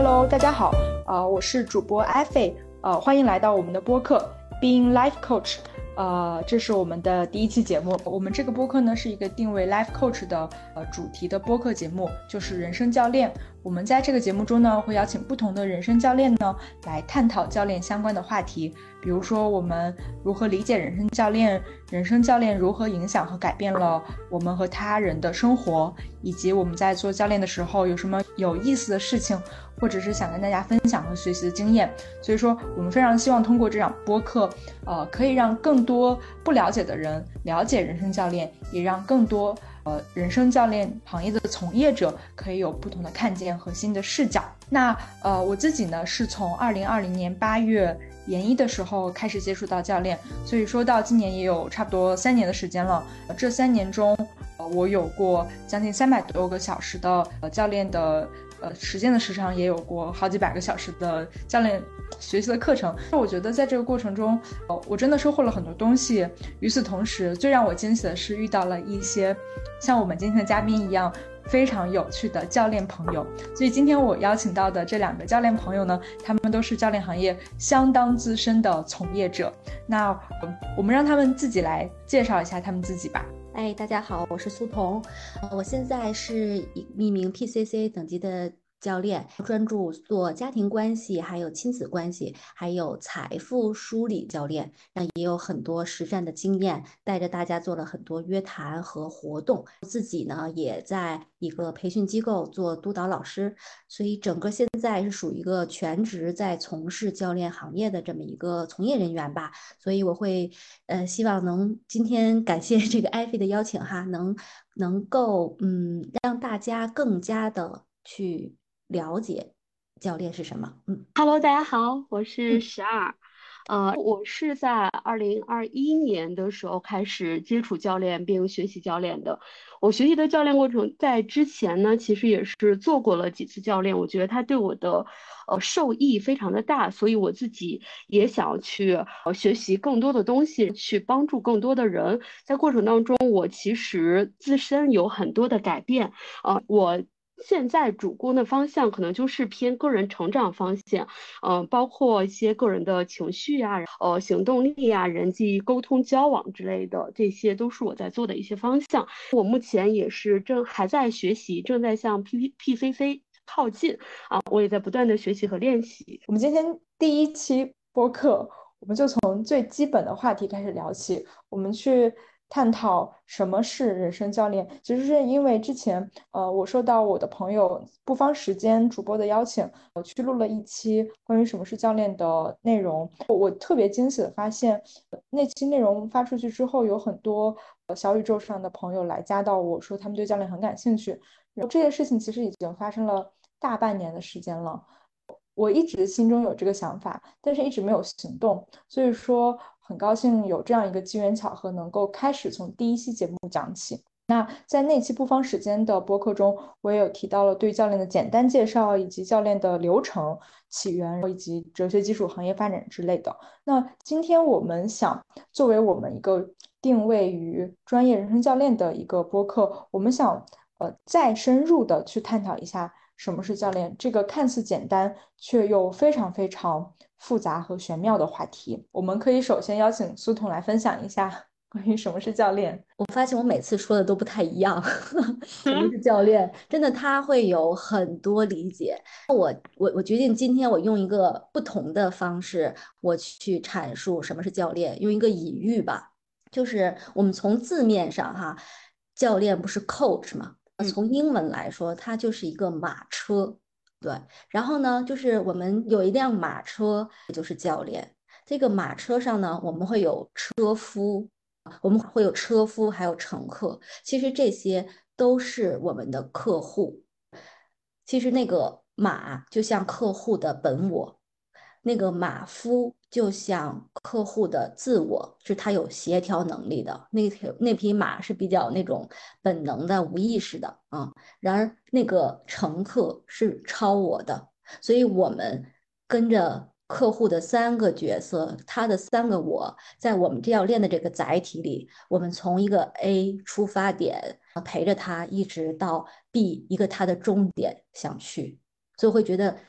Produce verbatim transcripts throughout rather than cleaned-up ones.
Hello，大家好，呃，我是主播艾菲，呃，欢迎来到我们的播客 Being Life Coach，呃，这是我们的第一期节目。我们这个播客呢是一个定位 Life Coach 的呃主题的播客节目，就是人生教练。我们在这个节目中呢会邀请不同的人生教练呢来探讨教练相关的话题，比如说我们如何理解人生教练，人生教练如何影响和改变了我们和他人的生活，以及我们在做教练的时候有什么有意思的事情，或者是想跟大家分享和学习的经验。所以说我们非常希望通过这场播客呃，可以让更多不了解的人了解人生教练，也让更多呃人生教练行业的从业者可以有不同的看见和新的视角。那呃我自己呢是从二零二零年八月研一的时候开始接触到教练，所以说到今年也有差不多三年的时间了。这三年中呃我有过将近三百多个小时的呃教练的呃时间的时长，也有过好几百个小时的教练学习的课程。我觉得在这个过程中呃我真的收获了很多东西。与此同时，最让我惊喜的是遇到了一些像我们今天的嘉宾一样非常有趣的教练朋友。所以今天我邀请到的这两个教练朋友呢，他们都是教练行业相当资深的从业者。那我们让他们自己来介绍一下他们自己吧。 哎，大家好，我是苏童，我现在是一名 P C C 等级的教练，专注做家庭关系，还有亲子关系，还有财富梳理教练，也有很多实战的经验，带着大家做了很多约谈和活动。自己呢也在一个培训机构做督导老师，所以整个现在是属于一个全职在从事教练行业的这么一个从业人员吧。所以我会呃希望能今天感谢这个艾菲的邀请哈，能能够嗯让大家更加的去了解教练是什么。嗯 Hello，大家好，我是嗯十二。呃，我是在二零二一年的时候开始接触教练并学习教练的。我学习的教练过程在之前呢，其实也是做过了几次教练，我觉得他对我的呃受益非常的大，所以我自己也想要去呃学习更多的东西，去帮助更多的人。在过程当中，我其实自身有很多的改变。呃，我现在主攻的方向可能就是偏个人成长方向，嗯、呃，包括一些个人的情绪啊，呃，行动力啊，人际沟通交往之类的，这些都是我在做的一些方向。我目前也是正还在学习，正在向 P P C C 靠近啊，我也在不断的学习和练习。 我们今天第一期播客，我们就从最基本的话题开始聊起。我们去探讨什么是人生教练。其实是因为之前，呃，我受到我的朋友不方时间主播的邀请，我去录了一期关于什么是教练的内容。我我特别惊喜的发现，那期内容发出去之后，有很多呃小宇宙上的朋友来加到我说他们对教练很感兴趣。然后这件事情其实已经发生了大半年的时间了。我一直心中有这个想法，但是一直没有行动，所以说很高兴有这样一个机缘巧合，能够开始从第一期节目讲起。那在那期不方时间的播客中，我也有提到了对教练的简单介绍，以及教练的流程、起源以及哲学基础、行业发展之类的。那今天我们想作为我们一个定位于专业人生教练的一个播客，我们想呃再深入的去探讨一下什么是教练这个看似简单却又非常非常复杂和玄妙的话题。我们可以首先邀请苏童来分享一下关于什么是教练。 我发现我每次说的都不太一样，什么是教练？真的他会有很多理解。我我我决定今天我用一个不同的方式，我去阐述什么是教练，用一个隐喻吧，就是我们从字面上哈，教练不是 coach 吗？ 嗯从英文来说，它就是一个马车，对。然后呢，就是我们有一辆马车，就是教练。这个马车上呢，我们会有车夫。我们会有车夫，还有乘客，其实这些都是我们的客户。其实那个马就像客户的本我，那个马夫就像客户的自我，是他有协调能力的。那条那匹马是比较那种本能的、无意识的啊。然而那个乘客是超我的，所以我们跟着客户的三个角色，他的三个我，在我们这要练的这个载体里，我们从一个 A 出发点，陪着他一直到 B 一个他的终点想去，所以会觉得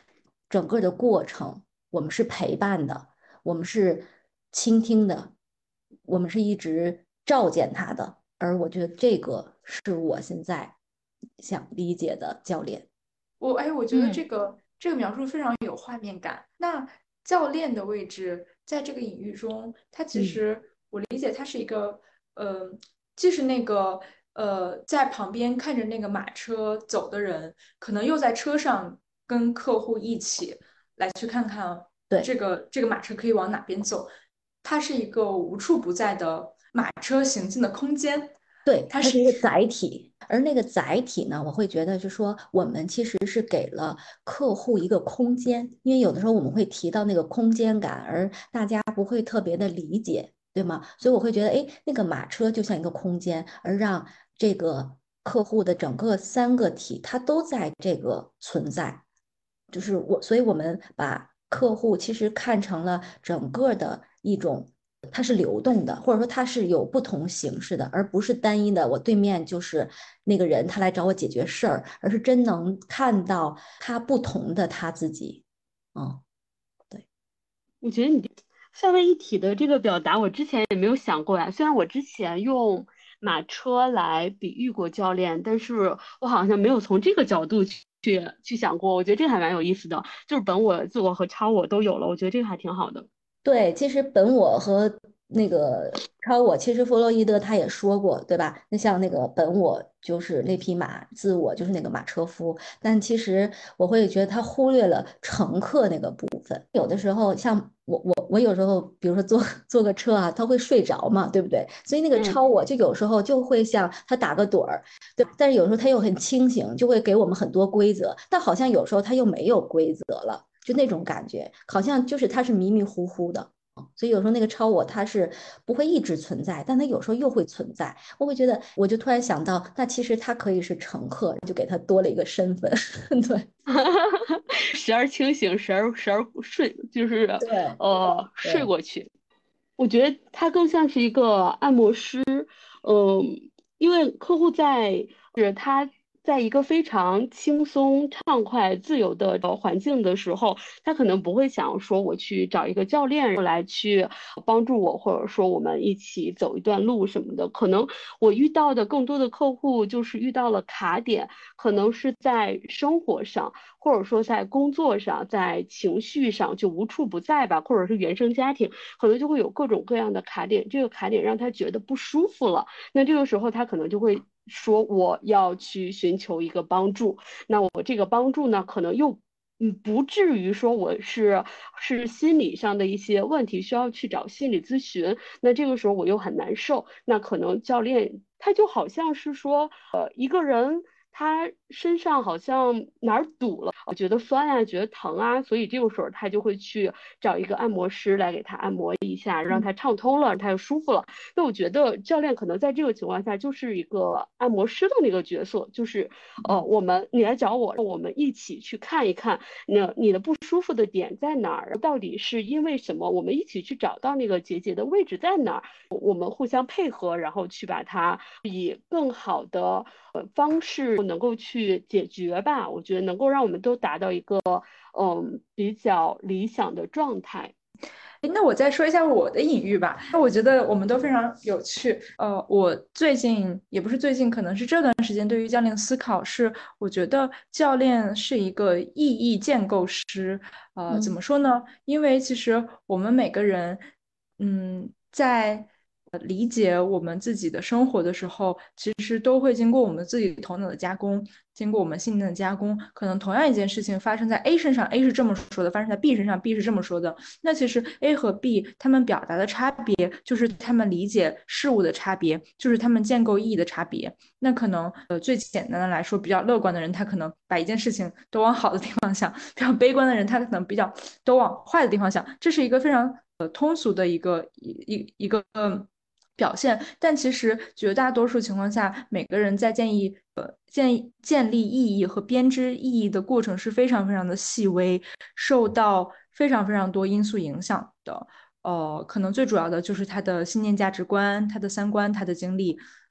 整个的过程，我们是陪伴的，我们是倾听的，我们是一直照见他的。而我觉得这个是我现在想理解的教练。 我哎，我觉得这嗯个这个描述非常有画面感。那教练的位置在这个隐喻中，它其嗯， 实我理解它是一个，呃，既是那个呃在旁边看着那个马车走的人，可能又在车上跟客户一起来去看看这对。 个这个马车可以往哪边走。它是一个无处不在的马车行进的空间。 对， 它是它是一个载体，而那个载体呢，我会觉得就是说，我们其实是给了客户一个空间，因为有的时候我们会提到那个空间感，而大家不会特别的理解，对吗？所以我会觉得，哎，那个马车就像一个空间，而让这个客户的整个三个体，它都在这个存在，就是我，所以我们把客户其实看成了整个的一种。它是流动的，或者说它是有不同形式的，而不是单一的。我对面就是那个人，他来找我解决事儿，而是真能看到他不同的他自己。嗯，对， 我觉得你三位一体的这个表达，我之前也没有想过呀。虽然我之前用马车来比喻过教练，但是我好像没有从这个角度去去去想过。我觉得这个还蛮有意思的，就是本我、自我和超我都有了，我觉得这个还挺好的。 对，其实本我和那个超我，其实弗洛伊德他也说过，对吧？那像那个本我就是那匹马，自我就是那个马车夫。但其实我会觉得他忽略了乘客那个部分。有的时候，像我我我有时候，比如说坐坐个车啊，他会睡着嘛，对不对？所以那个嗯。 超我就有时候就会像他打个盹儿，对，但是有时候他又很清醒，就会给我们很多规则，但好像有时候他又没有规则了。就那种感觉，好像就是它是迷迷糊糊的。所以有时候那个超我它是不会一直存在，但它有时候又会存在。我会觉得，我就突然想到，那其实他可以是乘客，就给他多了一个身份。对时而清醒，时而时而睡，就是对呃睡对， 过去。我觉得它更像是一个按摩师，嗯，因为客户在是他在一个非常轻松、畅快、自由的呃环境的时候，他可能不会想说我去找一个教练来去帮助我，或者说我们一起走一段路什么的。可能我遇到的更多的客户就是遇到了卡点，可能是在生活上。或者说在工作上，在情绪上就无处不在吧，或者是原生家庭，可能就会有各种各样的卡点，这个卡点让他觉得不舒服了，那这个时候他可能就会说我要去寻求一个帮助，那我这个帮助呢，可能又。嗯，不至于说我是是心理上的一些问题需要去找心理咨询，那这个时候我又很难受，那可能教练他就好像是说，呃，一个人他身上好像哪儿堵了，我觉得酸啊，觉得疼啊，所以这个时候他就会去找一个按摩师来给他按摩一下，让他畅通了，他就舒服了。那我觉得教练可能在这个情况下就是一个按摩师的那个角色，就是呃，我们你来找我，我们一起去看一看，那你的不舒服的点在哪儿，到底是因为什么？我们一起去找到那个结节的位置在哪儿，我们互相配合，然后去把它以更好的呃方式能够去解决吧。我觉得能够让我们都达到一个嗯比较理想的状态。 诶那我再说一下我的隐喻吧。那我觉得我们都非常有趣。呃，我最近也不是最近，可能是这段时间对于教练思考是，我觉得教练是一个意义建构师。呃，怎么嗯说呢？因为其实我们每个人，嗯，在呃理解我们自己的生活的时候，其实都会经过我们自己头脑的加工，经过我们信念的加工。可能同样一件事情发生在 A 身上，A 是这么说的；发生在 B 身上，B 是这么说的。那其实 A 和 B 他们表达的差别，就是他们理解事物的差别，就是他们建构意义的差别。那可能呃最简单的来说，比较乐观的人，他可能把一件事情都往好的地方想；比较悲观的人，他可能比较都往坏的地方想。这是一个非常呃通俗的一个一一一个。呃表现，但其实绝大多数情况下，每个人在建议呃建建立意义和编织意义的过程是非常非常的细微，受到非常非常多因素影响的。呃，可能最主要的就是他的信念、价值观、他的三观、他的经历。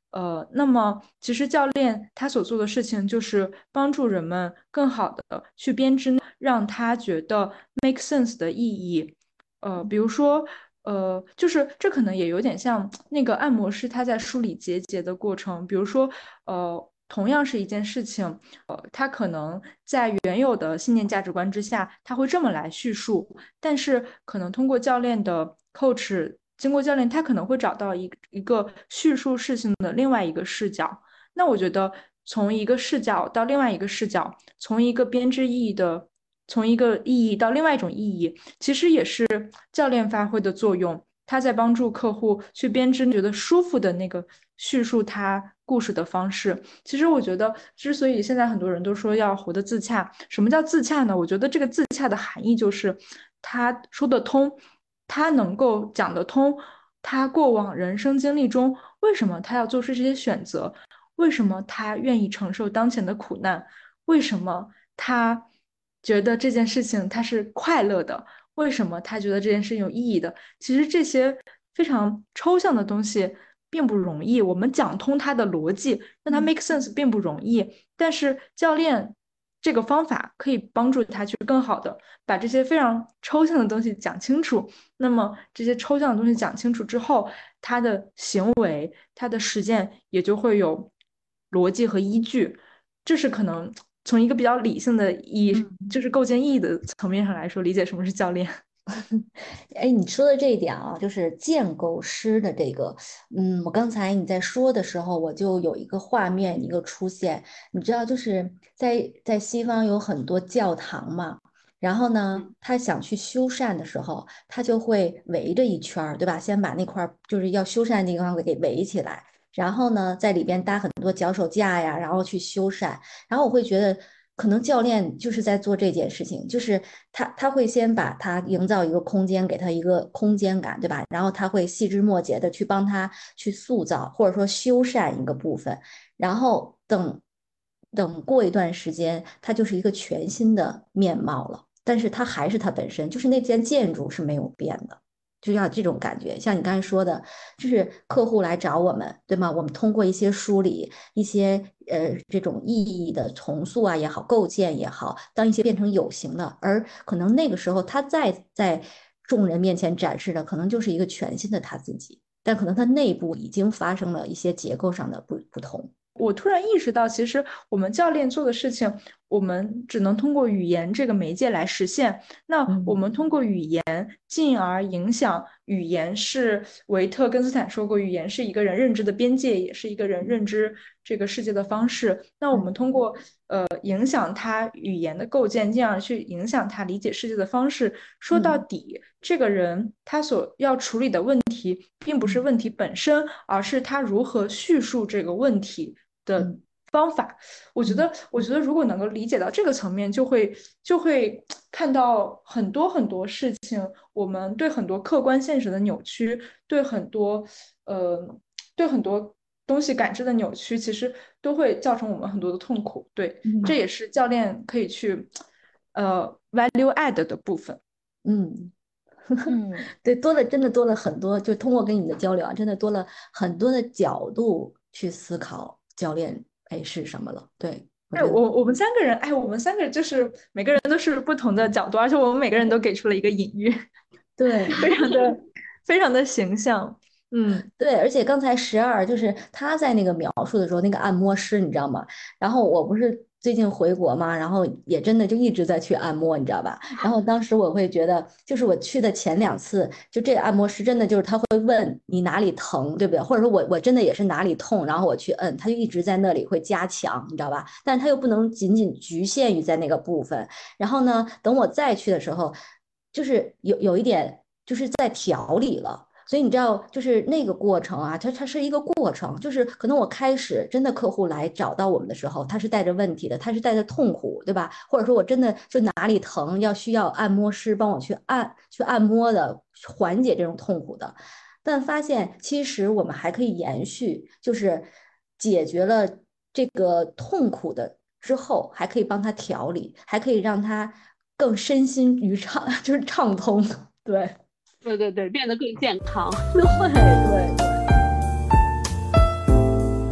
呃，那么其实教练他所做的事情就是帮助人们更好的去编织让他觉得 make sense 的意义。呃，比如说，呃，就是这可能也有点像那个按摩师他在梳理结节的过程。比如说，呃，同样是一件事情，呃，他可能在原有的信念价值观之下，他会这么来叙述，但是可能通过教练的 coach。经过教练，他可能会找到一一个叙述事情的另外一个视角。那我觉得从一个视角到另外一个视角，从一个编织意义的，从一个意义到另外一种意义，其实也是教练发挥的作用。他在帮助客户去编织觉得舒服的那个叙述他故事的方式。其实我觉得，之所以现在很多人都说要活得自洽，什么叫自洽呢？我觉得这个自洽的含义就是他说得通。他能够讲得通，他过往人生经历中为什么他要做出这些选择，为什么他愿意承受当前的苦难，为什么他觉得这件事情他是快乐的，为什么他觉得这件事情有意义的。其实这些非常抽象的东西并不容易，我们讲通它的逻辑，让它 make sense 并不容易，但是教练这个方法可以帮助他去更好的把这些非常抽象的东西讲清楚。那么这些抽象的东西讲清楚之后，他的行为、他的实践也就会有逻辑和依据。这是可能从一个比较理性的意义，就是构建意义的层面上来说，理解什么是教练。 哎，你说的这一点啊，就是建构师的这个，嗯，我刚才你在说的时候，我就有一个画面一个出现，你知道，就是在在西方有很多教堂嘛，然后呢，他想去修缮的时候，他就会围着一圈儿，对吧？先把那块儿就是要修缮的地方给围起来，然后呢，在里边搭很多脚手架呀，然后去修缮，然后我会觉得。可能教练就是在做这件事情，就是他他会先把他营造一个空间，给他一个空间感，对吧？然后他会细枝末节的去帮他去塑造，或者说修缮一个部分，然后等等过一段时间，它就是一个全新的面貌了。但是它还是它本身，就是那件建筑是没有变的。就要这种感觉，像你刚才说的，就是客户来找我们，对吗？我们通过一些梳理、一些呃这种意义的重塑啊也好，构建也好，当一些变成有形的，而可能那个时候他再在众人面前展示的，可能就是一个全新的他自己，但可能他内部已经发生了一些结构上的不不同。 我突然意识到，其实我们教练做的事情，我们只能通过语言这个媒介来实现。那我们通过语言，进而影响语言是维特根斯坦说过，语言是一个人认知的边界，也是一个人认知这个世界的方式。那我们通过呃影响他语言的构建，进而去影响他理解世界的方式。说到底，这个人他所要处理的问题，并不是问题本身，而是他如何叙述这个问题的方法。我觉得，我觉得如果能够理解到这个层面，就会就会看到很多很多事情，我们对很多客观现实的扭曲，对很多呃，对很多东西感知的扭曲，其实都会造成我们很多的痛苦。对，这也是教练可以去呃 value add 的部分。 嗯。 嗯， 对，多了，真的多了很多，就通过跟你的交流啊，真的多了很多的角度去思考教练哎是什么了。对，我哎， 觉得， 我我们三个人，哎，我们三个就是每个人都是不同的角度，而且我们每个人都给出了一个隐喻， 对非常的非常的形象。嗯， 对，而且刚才十二就是他在那个描述的时候，那个按摩师你知道吗？然后我不是最近回国嘛，然后也真的就一直在去按摩，你知道吧？然后当时我会觉得，就是我去的前两次，就这个按摩师真的就是他会问你哪里疼，对不对？或者说我我真的也是哪里痛，然后我去摁，他就一直在那里会加强，你知道吧？但是他又不能仅仅局限于在那个部分。然后呢，等我再去的时候，就是有有一点就是在调理了。所以你知道，就是那个过程啊，它它是一个过程，就是可能我开始真的客户来找到我们的时候，他是带着问题的，他是带着痛苦，对吧？或者说我真的就哪里疼，要需要按摩师帮我去按去按摩的，缓解这种痛苦的。但发现其实我们还可以延续，就是解决了这个痛苦的之后，还可以帮他调理，还可以让他更身心愉畅，就是畅通，对。 对对对，变得更健康。 对对对。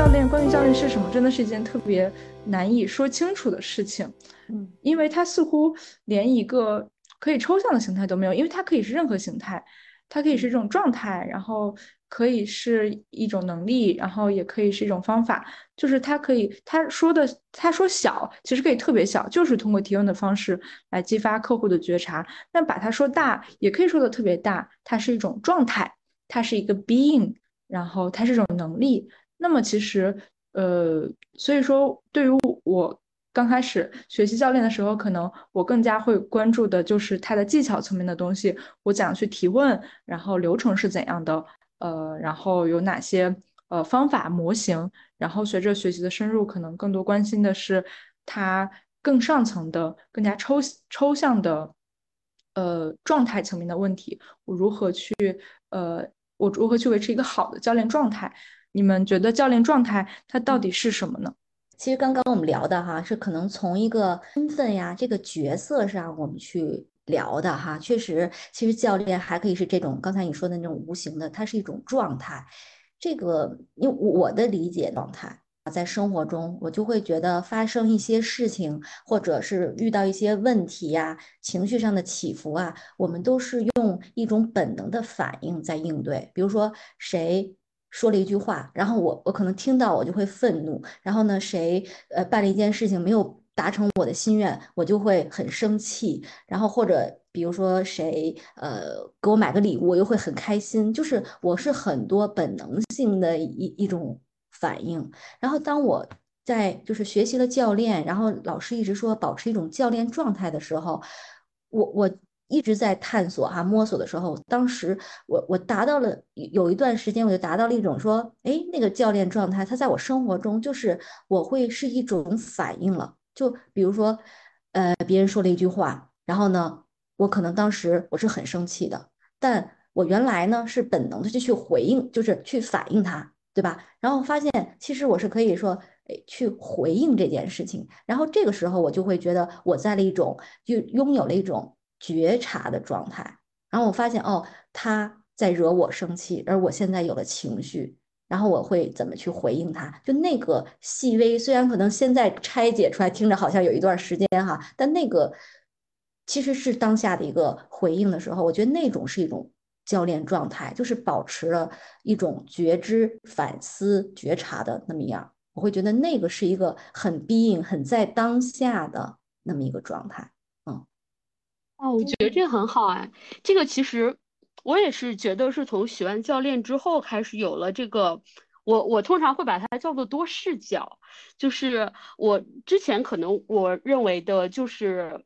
教练，关于教练是什么，真的是一件特别难以说清楚的事情。 嗯， 因为它似乎连一个可以抽象的形态都没有，因为它可以是任何形态，它可以是这种状态，然后可以是一种能力，然后也可以是一种方法。就是它可以，他说的，他说小，其实可以特别小，就是通过提问的方式来激发客户的觉察。那把它说大，也可以说的特别大，它是一种状态，它是一个 being，然后它是一种能力。那么其实，呃，所以说对于我刚开始学习教练的时候，可能我更加会关注的就是它的技巧层面的东西，我怎样去提问，然后流程是怎样的，呃，然后有哪些呃方法模型，然后随着学习的深入，可能更多关心的是它更上层的、更加抽抽象的呃状态层面的问题，我如何去呃我如何去维持一个好的教练状态？你们觉得教练状态它到底是什么呢？ 其实刚刚我们聊的哈，是可能从一个身份呀、这个角色上我们去聊的哈。确实，其实教练还可以是这种刚才你说的那种无形的，它是一种状态。这个，因为我的理解状态，在生活中我就会觉得发生一些事情，或者是遇到一些问题呀、情绪上的起伏啊，我们都是用一种本能的反应在应对。比如说谁说了一句话，然后我我可能听到我就会愤怒，然后呢谁呃办了一件事情没有达成我的心愿，我就会很生气，然后或者比如说谁呃给我买个礼物，我又会很开心，就是我是很多本能性的一一种反应。然后当我在就是学习了教练，然后老师一直说保持一种教练状态的时候，我我一直在探索哈、摸索的时候，当时我我达到了有一段时间，我就达到了一种说，哎，那个教练状态，它在我生活中就是我会是一种反应了。就比如说，呃，别人说了一句话，然后呢，我可能当时我是很生气的，但我原来呢是本能的就去回应，就是去反应它，对吧？然后发现其实我是可以说，哎，去回应这件事情。然后这个时候我就会觉得我在了一种就拥有了一种觉察的状态。然后我发现哦，他在惹我生气，而我现在有了情绪，然后我会怎么去回应他？就那个细微，虽然可能现在拆解出来听着好像有一段时间哈，但那个其实是当下的一个回应的时候，我觉得那种是一种教练状态，就是保持了一种觉知、反思、觉察的那么样。我会觉得那个是一个很 being、很在当下的那么一个状态。嗯。 哦，我觉得这个很好哎，这个其实我也是觉得是从学完教练之后开始有了这个，我我通常会把它叫做多视角，就是我之前可能我认为的就是，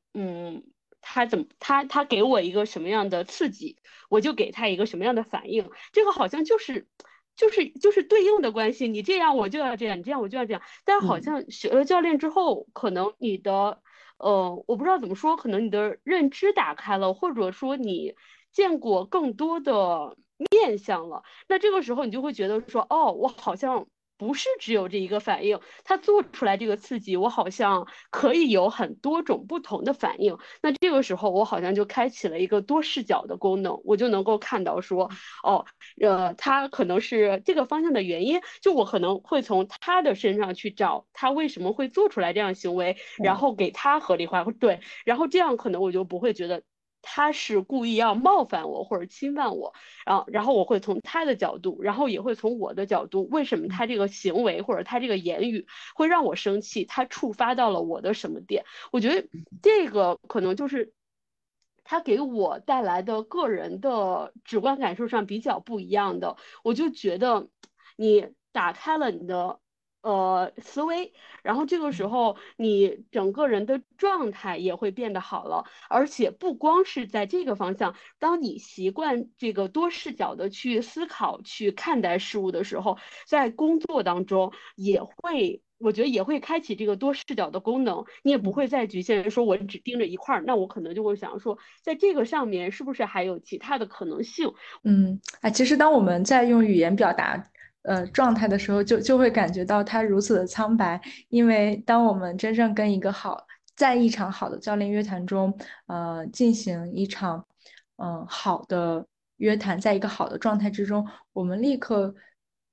嗯，他怎么他他给我一个什么样的刺激，我就给他一个什么样的反应，这个好像就是就是就是对应的关系，你这样我就要这样，你这样我就要这样，但好嗯像学了教练之后，可能你的。呃，我不知道怎么说，可能你的认知打开了，或者说你见过更多的面相了，那这个时候你就会觉得说，哦，我好像不是只有这一个反应，它做出来这个刺激，我好像可以有很多种不同的反应。那这个时候我好像就开启了一个多视角的功能，我就能够看到说，哦，呃，他可能是这个方向的原因，就我可能会从他的身上去找他为什么会做出来这样行为，然嗯后给他合理化，对，然后这样可能我就不会觉得他是故意要冒犯我或者侵犯我，然后然后我会从他的角度，然后也会从我的角度，为什么他这个行为或者他这个言语会让我生气，他触发到了我的什么点？我觉得这个可能就是他给我带来的个人的直观感受上比较不一样的，我就觉得你打开了你的呃思维，然后这个时候你整个人的状态也会变得好了，而且不光是在这个方向，当你习惯这个多视角的去思考、去看待事物的时候，在工作当中也会。我觉得也会开启这个多视角的功能，你也不会再局限于说我只盯着一块儿，那我可能就会想说，在这个上面是不是还有其他的可能性？ 嗯，哎，其实当我们在用语言表达呃状态的时候，就就会感觉到它如此的苍白，因为当我们真正跟一个好，在一场好的教练约谈中，呃，进行一场嗯、呃好的约谈，在一个好的状态之中，我们立刻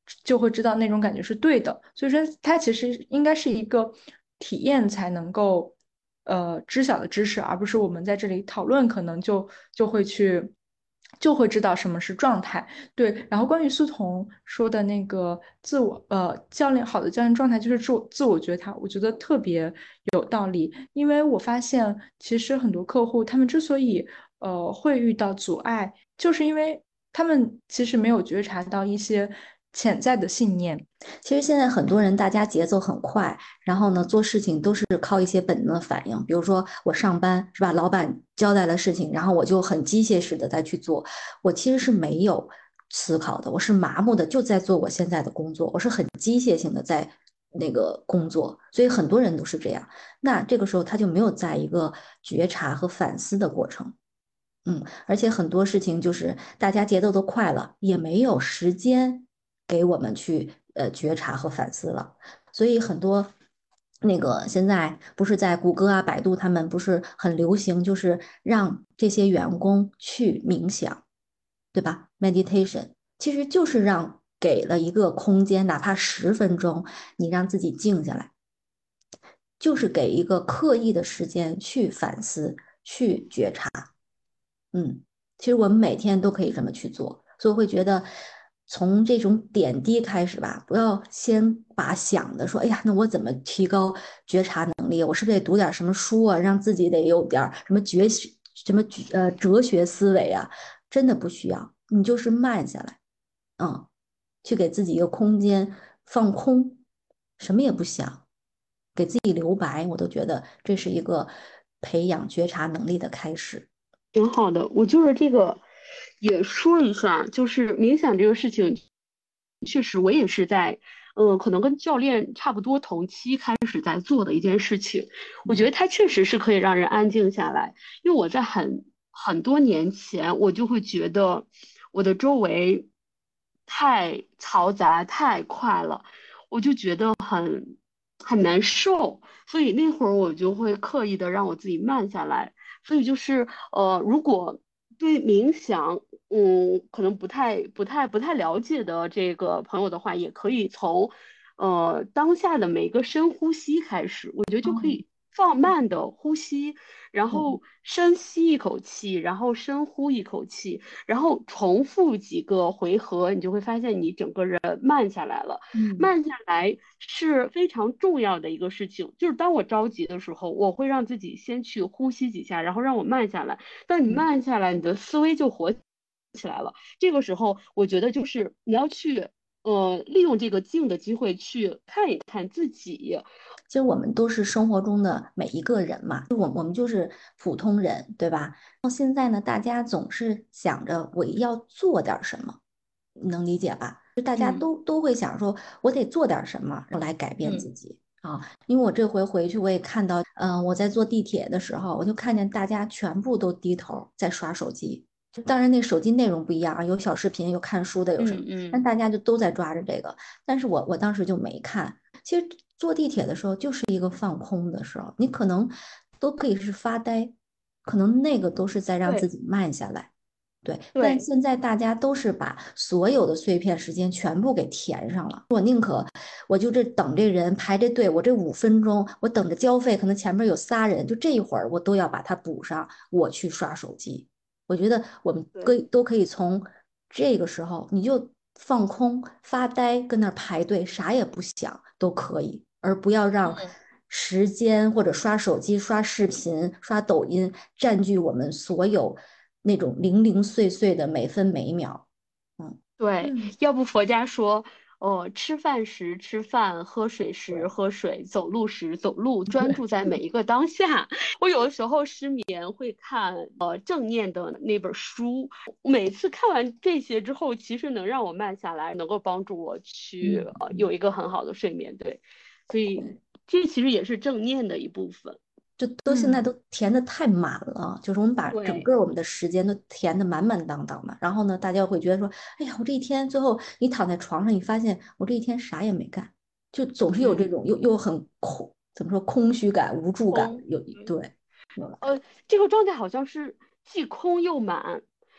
就会知道那种感觉是对的。所以说，它其实应该是一个体验才能够呃知晓的知识，而不是我们在这里讨论，可能就就会去就会知道什么是状态。对，然后关于苏童说的那个自我呃教练好的教练状态就是自我自我觉察，我觉得特别有道理，因为我发现其实很多客户他们之所以呃会遇到阻碍，就是因为他们其实没有觉察到一些潜在的信念。 其实现在很多人大家节奏很快，然后呢做事情都是靠一些本能的反应，比如说我上班是吧，老板交代了事情，然后我就很机械式的再去做，我其实是没有思考的，我是麻木的就在做我现在的工作，我是很机械性的在那个工作，所以很多人都是这样。那这个时候他就没有在一个觉察和反思的过程。嗯，而且很多事情就是大家节奏都快了，也没有时间给我们去呃觉察和反思了。所以很多那个现在不是在谷歌啊、百度，他们不是很流行，就是让这些员工去冥想，对吧？meditation 其实就是让给了一个空间，哪怕十分钟，你让自己静下来，就是给一个刻意的时间去反思、去觉察。嗯，其实我们每天都可以这么去做，所以我会觉得从这种点滴开始吧，不要先把想的说，哎呀，那我怎么提高觉察能力？我是不是得读点什么书啊，让自己得有点什么觉什么呃哲学思维啊？真的不需要，你就是慢下来，嗯，去给自己一个空间放空，什么也不想，给自己留白，我都觉得这是一个培养觉察能力的开始。 挺好的。我就是这个也说一下，就是冥想这个事情，确实我也是在，呃，可能跟教练差不多同期开始在做的一件事情。我觉得它确实是可以让人安静下来，因为我在很很多年前，我就会觉得我的周围太嘈杂、太快了，我就觉得很很难受，所以那会儿我就会刻意的让我自己慢下来。所以就是呃，如果对冥想，嗯，可能不太不太不太了解的这个朋友的话，也可以从呃当下的每个深呼吸开始，我觉得就可嗯， 以放慢的呼吸，然对。 后深吸一口气，然后深呼一口气，然后重复几个回合，你就会发现你整个人慢下来了。 嗯慢下来是非常重要的一个事情，就是当我着急的时候，我会让自己先去呼吸几下，然后让我慢下来。当你嗯， 慢下来，你的思维就活起来了。这个时候，我觉得就是你要去，呃，利用这个静的机会去看一看自己。 其实我们都是生活中的每一个人嘛，我我们就是普通人，对吧？然后现在呢，大家总是想着我要做点什么，能理解吧？就大家嗯都都会想说，我得做点什么来改变自嗯己啊。因为我这回回去，我也看到，嗯、我在坐地铁的时候，我就看见大家全部都低头在刷手机。当然，那手机内容不一样啊，有小视频，有看书的，有什么，但嗯嗯。 大家就都在抓着这个。但是我我当时就没看。其实坐地铁的时候就是一个放空的时候，你可能都可以是发呆，可能那个都是在让自对己慢下来。对，但对， 现在大家都是把所有的碎片时间全部给填上了。我宁可我就这等这人排这队，我这五分钟我等着交费，可能前面有仨人，就这一会儿我都要把它补上，我去刷手机。我觉得我们可对。 以都可以从这个时候，你就放空、发呆，跟那儿排队，啥也不想都可以，而不要让时间或者刷手机、刷视频、刷抖音占据我们所有那种零零碎碎的每分每秒。嗯对， 嗯， 要不佛家说，哦，吃饭时吃饭，喝水时对喝水，走路时走路，专注在每一个当下。我有的时候失眠会看呃正念的那本书，每次看完这些之后，其实能让我慢下来，能够帮助我去嗯嗯， 呃有一个很好的睡眠。对，所以对。 这其实也是正念的一部分。 就都现在嗯都填的太满了，就是我们把整对， 个我们的时间都填的满满当当的。然后呢，大家会觉得说，哎呀，我这一天最后你躺在床上，你发现我这一天啥也没干，就总是有这嗯， 种又又很空，怎么说空虚感、无助感， 空。 有对，有来。 呃，这个状态好像是既空又满，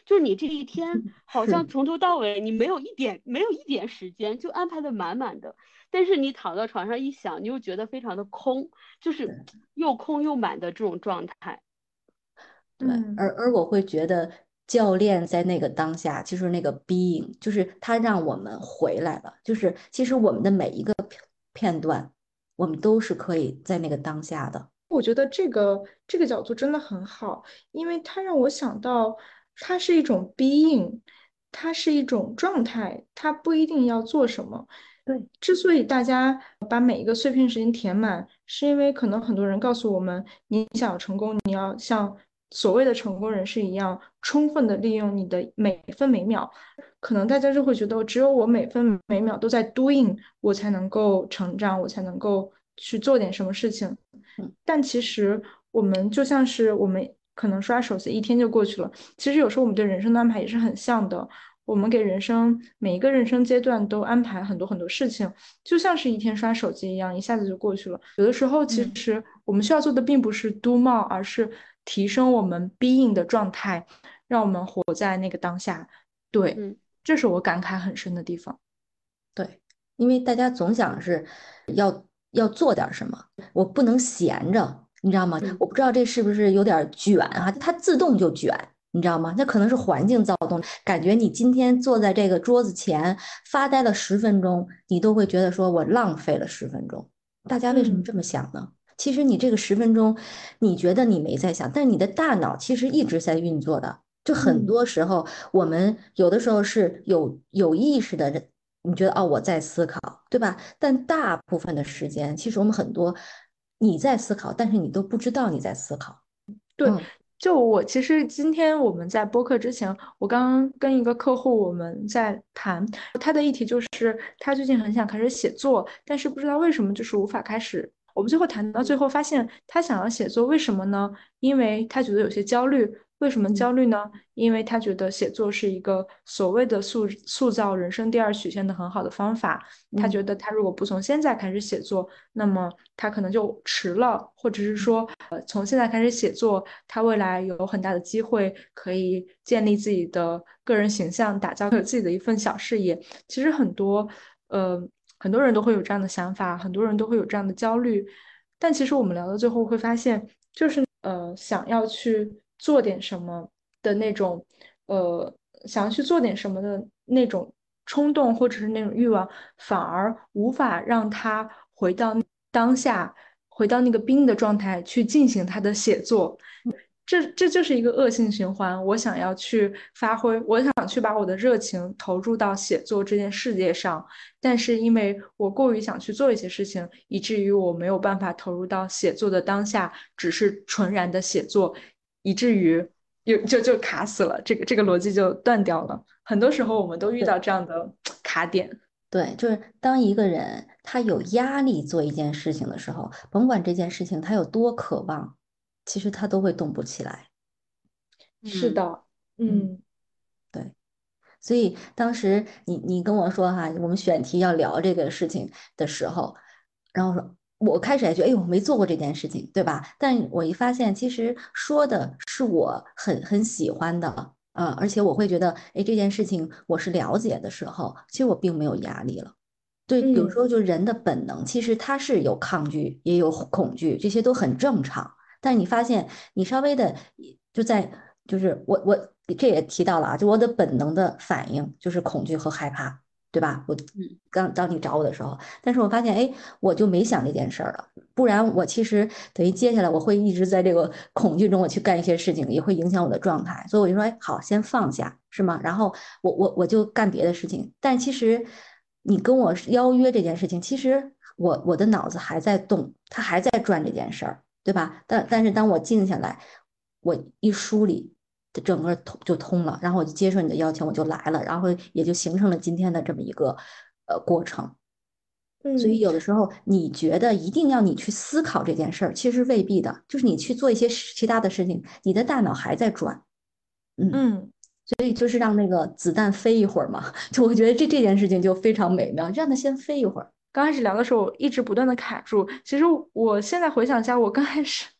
就是你这一天好像是从头到尾你没有一点没有一点时间就安排的满满的，但是你躺到床上一想，你又觉得非常的空，就是的。 又空又满的这种状态。 对， 嗯。 而而我会觉得教练在那个当下，就是那个 being，就是他让我们回来了，就是其实我们的每一个片片段，我们都是可以在那个当下的。 我觉得这个这个角度真的很好，因为它让我想到，它是一种 being，它是一种状态，它不一定要做什么。 对， 之所以大家把每一个碎片时间填满，是因为可能很多人告诉我们，你想要成功，你要像所谓的成功人士一样，充分的利用你的每分每秒。可能大家就会觉得，只有我每分每秒都在 doing，我才能够成长，我才能够去做点什么事情。 嗯， 但其实我们就像是我们可能刷手机一天就过去了，其实有时候我们对人生的安排也是很像的。我们给人生每一个人生阶段都安排很多很多事情，就像是一天刷手机一样，一下子就过去了。有的时候，其嗯， 实我们需要做的并不是 do more，而是提升我们 being 的状态，让我们活在那个当下。对， 嗯这是我感慨很深的地方。 对，因为大家总想是要要做点什么，我不能闲着，你知道吗？ 嗯我不知道这是不是有点卷哈、它自动就卷，你知道吗？那可能是环境造动，感觉你今天坐在这个桌子前发呆了十分钟，你都会觉得说我浪费了十分钟。大家为什么嗯这么想呢？其实你这个十分钟，你觉得你没在想，但你的大脑其实一直在运作的。就很嗯。 多时候，我们有的时候是有有意识的，你觉得哦我在思考，对吧？但大部分的时间，其实我们很多你在思考，但是你都不知道你在思考。 对， 嗯就我其实今天我们在播客之前，我刚刚跟一个客户我们在谈，他的议题就是他最近很想开始写作，但是不知道为什么就是无法开始。我们最后谈到最后发现，他想要写作，为什么呢？因为他觉得有些焦虑。为什么嗯焦虑呢？因为他觉得写作是一个所谓的塑塑造人生第二曲线的很好的方法。他嗯觉得他如果不从现在开始写作，那么他可能就迟了，或者是说，呃，从现在开始写作，他未来有很大的机会可以建立自己的个人形象，打造自己的一份小事业。其实很多，呃，很多人都会有这样的想法，很多人都会有这样的焦虑。但其实我们聊到最后会发现，就是呃，想要去做点什么的那种，呃，想要去做点什么的那种冲动或者是那种欲望，反而无法让他回到当下，回到那个冰的状态去进行他的写作。这这就是一个恶性循环。我想要去发挥，我想去把我的热情投入到写作这件事业上，但是因为我过于想去做一些事情，以至于我没有办法投入到写作的当下，只是纯然的写作，以至于就就就卡死了，这个这个逻辑就断掉了。很多时候我们都遇对到这样的卡点。 对，就是当一个人他有压力做一件事情的时候，甭管这件事情他有多渴望，其实他都会动不起来。 嗯是的。 嗯， 嗯对。所以当时你你跟我说哈，我们选题要聊这个事情的时候，然后说，我开始还觉得，哎呦，我没做过这件事情，对吧？但我一发现，其实说的是我很很喜欢的，呃，而且我会觉得，哎，这件事情我是了解的时候，其实我并没有压力了。对，有时嗯候就人的本能，其实他是有抗拒，也有恐惧，这些都很正常。但你发现你稍微的就在，就是我我这也提到了啊，就我的本能的反应就是恐惧和害怕，对吧？我嗯刚当你找我的时候，但是我发现，哎，我就没想这件事儿了。不然我其实等于接下来我会一直在这个恐惧中，我去干一些事情，也会影响我的状态。所以我就说，哎，好，先放下，是吗？然后我我我就干别的事情。但其实你跟我邀约这件事情，其实我我的脑子还在动，它还在转这件事儿，对吧？但但是当我静下来，我一梳理，整个通就通了，然后我就接受你的邀请，我就来了，然后也就形成了今天的这么一个呃过程。所以嗯有的时候你觉得一定要你去思考这件事儿，其实未必的，就是你去做一些事其他的事情，你的大脑还在转，嗯， 嗯。 所以就是让那个子弹飞一会儿嘛，就我觉得这这件事情就非常美妙，让它先飞一会儿。 刚开始聊的时候，我一直不断的卡住。其实我现在回想一下，我刚开始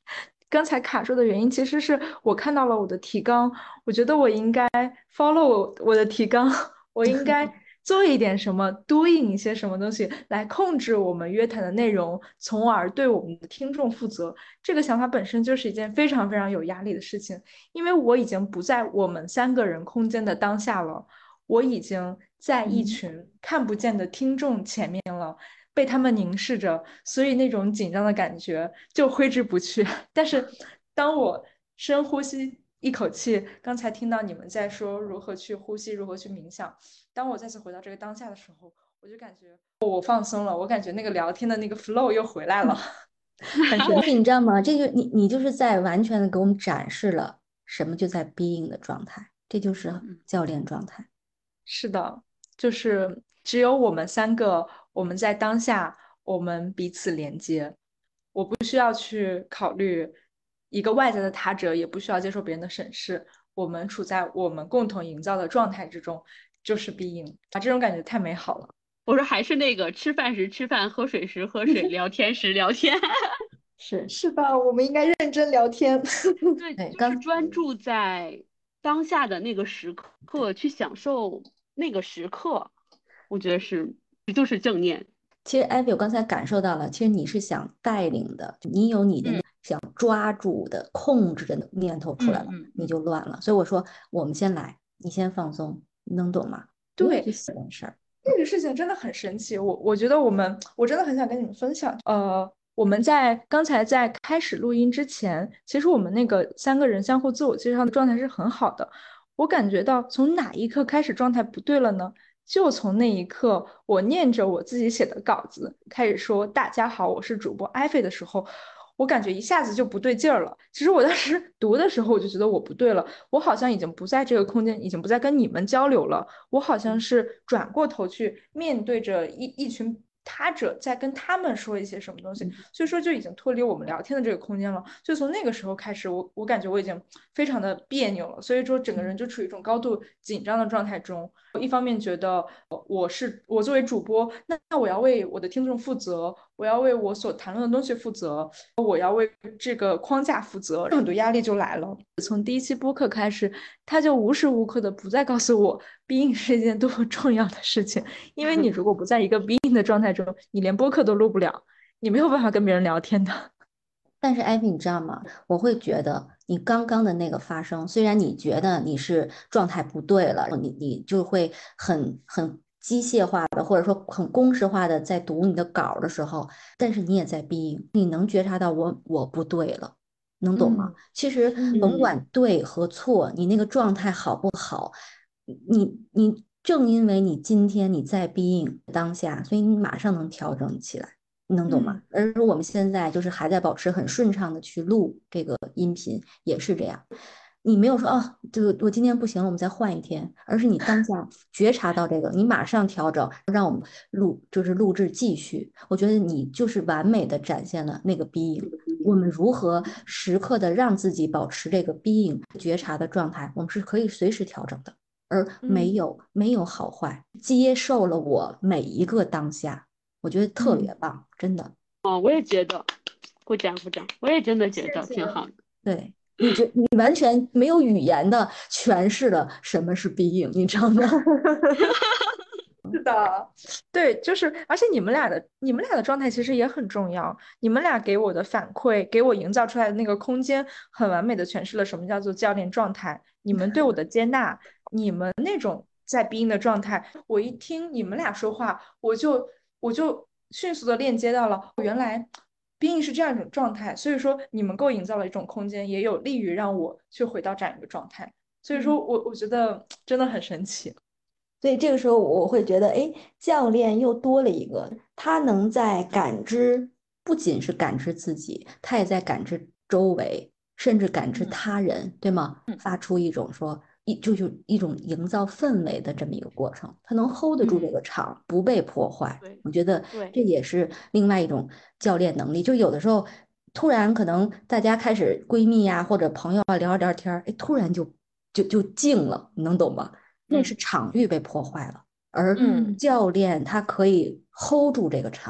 刚才卡住的原因，其实是我看到了我的提纲，我觉得我应该 follow 我的提纲，我应该做一点什么，doing 一些什么东西来控制我们约谈的内容，从而对我们的听众负责。这个想法本身就是一件非常非常有压力的事情，因为我已经不在我们三个人空间的当下了，我已经在一群看不见的听众前面了。被他们凝视着，所以那种紧张的感觉就挥之不去。但是当我深呼吸一口气，刚才听到你们在说如何去呼吸，如何去冥想，当我再次回到这个当下的时候，我就感觉我放松了，我感觉那个聊天的那个 flow 又回来了。 很神奇，你知道吗？这就你你就是在完全的给我们展示了什么就在 being 的状态，这就是教练状态。 是的，就是只有我们三个，我们在当下，我们彼此连接。我不需要去考虑一个外在的他者，也不需要接受别人的审视。我们处在我们共同营造的状态之中，就是 being 啊，这种感觉太美好了。 我说还是那个吃饭时吃饭，喝水时喝水，聊天时聊天。 是是吧？我们应该认真聊天。 对， 对， 就是刚专注在当下的那个时刻，去享受那个时刻，我觉得是就是正念。 其实艾比，我刚才感受到了，其实你是想带领的，你有你的嗯想抓住的、控制的念头出来了， 嗯嗯， 你就乱了。所以我说，我们先来，你先放松，你能懂吗？不用对， 去想这件事儿。 这个事情真的很神奇，我我觉得我们我真的很想跟你们分享。呃，我们在刚才在开始录音之前，其实我们那个三个人相互自我介绍的状态是很好的。我感觉到从哪一刻开始状态不对了呢？就从那一刻，我念着我自己写的稿子，开始说"大家好，我是主播艾菲"的时候，我感觉一下子就不对劲儿了。其实我当时读的时候，我就觉得我不对了，我好像已经不在这个空间，已经不再跟你们交流了。我好像是转过头去面对着一一群他者，在跟他们说一些什么东西，所以说就已经脱离我们聊天的这个空间了。就从那个时候开始，我我感觉我已经非常的别扭了，所以说整个人就处于一种高度紧张的状态中。一方面觉得我是我作为主播，那那我要为我的听众负责，我要为我所谈论的东西负责，我要为这个框架负责，很多压力就来了。从第一期播客开始，他就无时无刻的不再告诉我 being 是一件多么重要的事情，因为你如果不在一个 being 的状态中，你连播客都录不了，你没有办法跟别人聊天的。 但是艾比，你知道吗？我会觉得你刚刚的那个发生，虽然你觉得你是状态不对了，你你就会很很机械化的，或者说很公式化的在读你的稿的时候，但是你也在 being，你能觉察到我我不对了，能懂吗？ 嗯其实甭嗯管对和错，你那个状态好不好，你你正因为你今天你在 being 当下，所以你马上能调整起来。你能懂吗？ 嗯而我们现在就是还在保持很顺畅的去录这个音频，也是这样。你没有说哦，这个我今天不行了，我们再换一天，而是你当下觉察到这个，你马上调整，让我们录，就是录制继续。我觉得你就是完美的展现了那个 being。我们如何时刻的让自己保持这个 being 觉察的状态，我们是可以随时调整的，而没有没有好坏，接受了我每一个当下。我觉得特别棒，真的。 哦，我也觉得，鼓掌鼓掌，我也真的觉得挺好的。 对，你觉你完全没有语言的诠释了什么是 being，你知道吗？ 是的，对，就是，而且你们俩的你们俩的状态其实也很重要。你们俩给我的反馈，给我营造出来的那个空间，很完美的诠释了什么叫做教练状态。你们对我的接纳，你们那种在 being 的状态，我一听你们俩说话，我就我就迅速的链接到了，原来 being 是这样一种状态。所以说，你们给我营造了一种空间，也有利于让我去回到这样一个状态。所以说我我觉得真的很神奇。 所以这个时候我会觉得，哎，教练又多了一个，他能在感知，不仅是感知自己，他也在感知周围，甚至感知他人，对吗？发出一种说一就就一种营造氛围的这么一个过程，他能 hold 得住这个场，不被破坏。 对我觉得对这也是另外一种教练能力。就有的时候，突然可能大家开始闺蜜呀、或者朋友啊聊着聊天儿，哎，突然就就就静了，你能懂吗？那是场域被破坏了，而嗯教练他可以 hold 住这个场，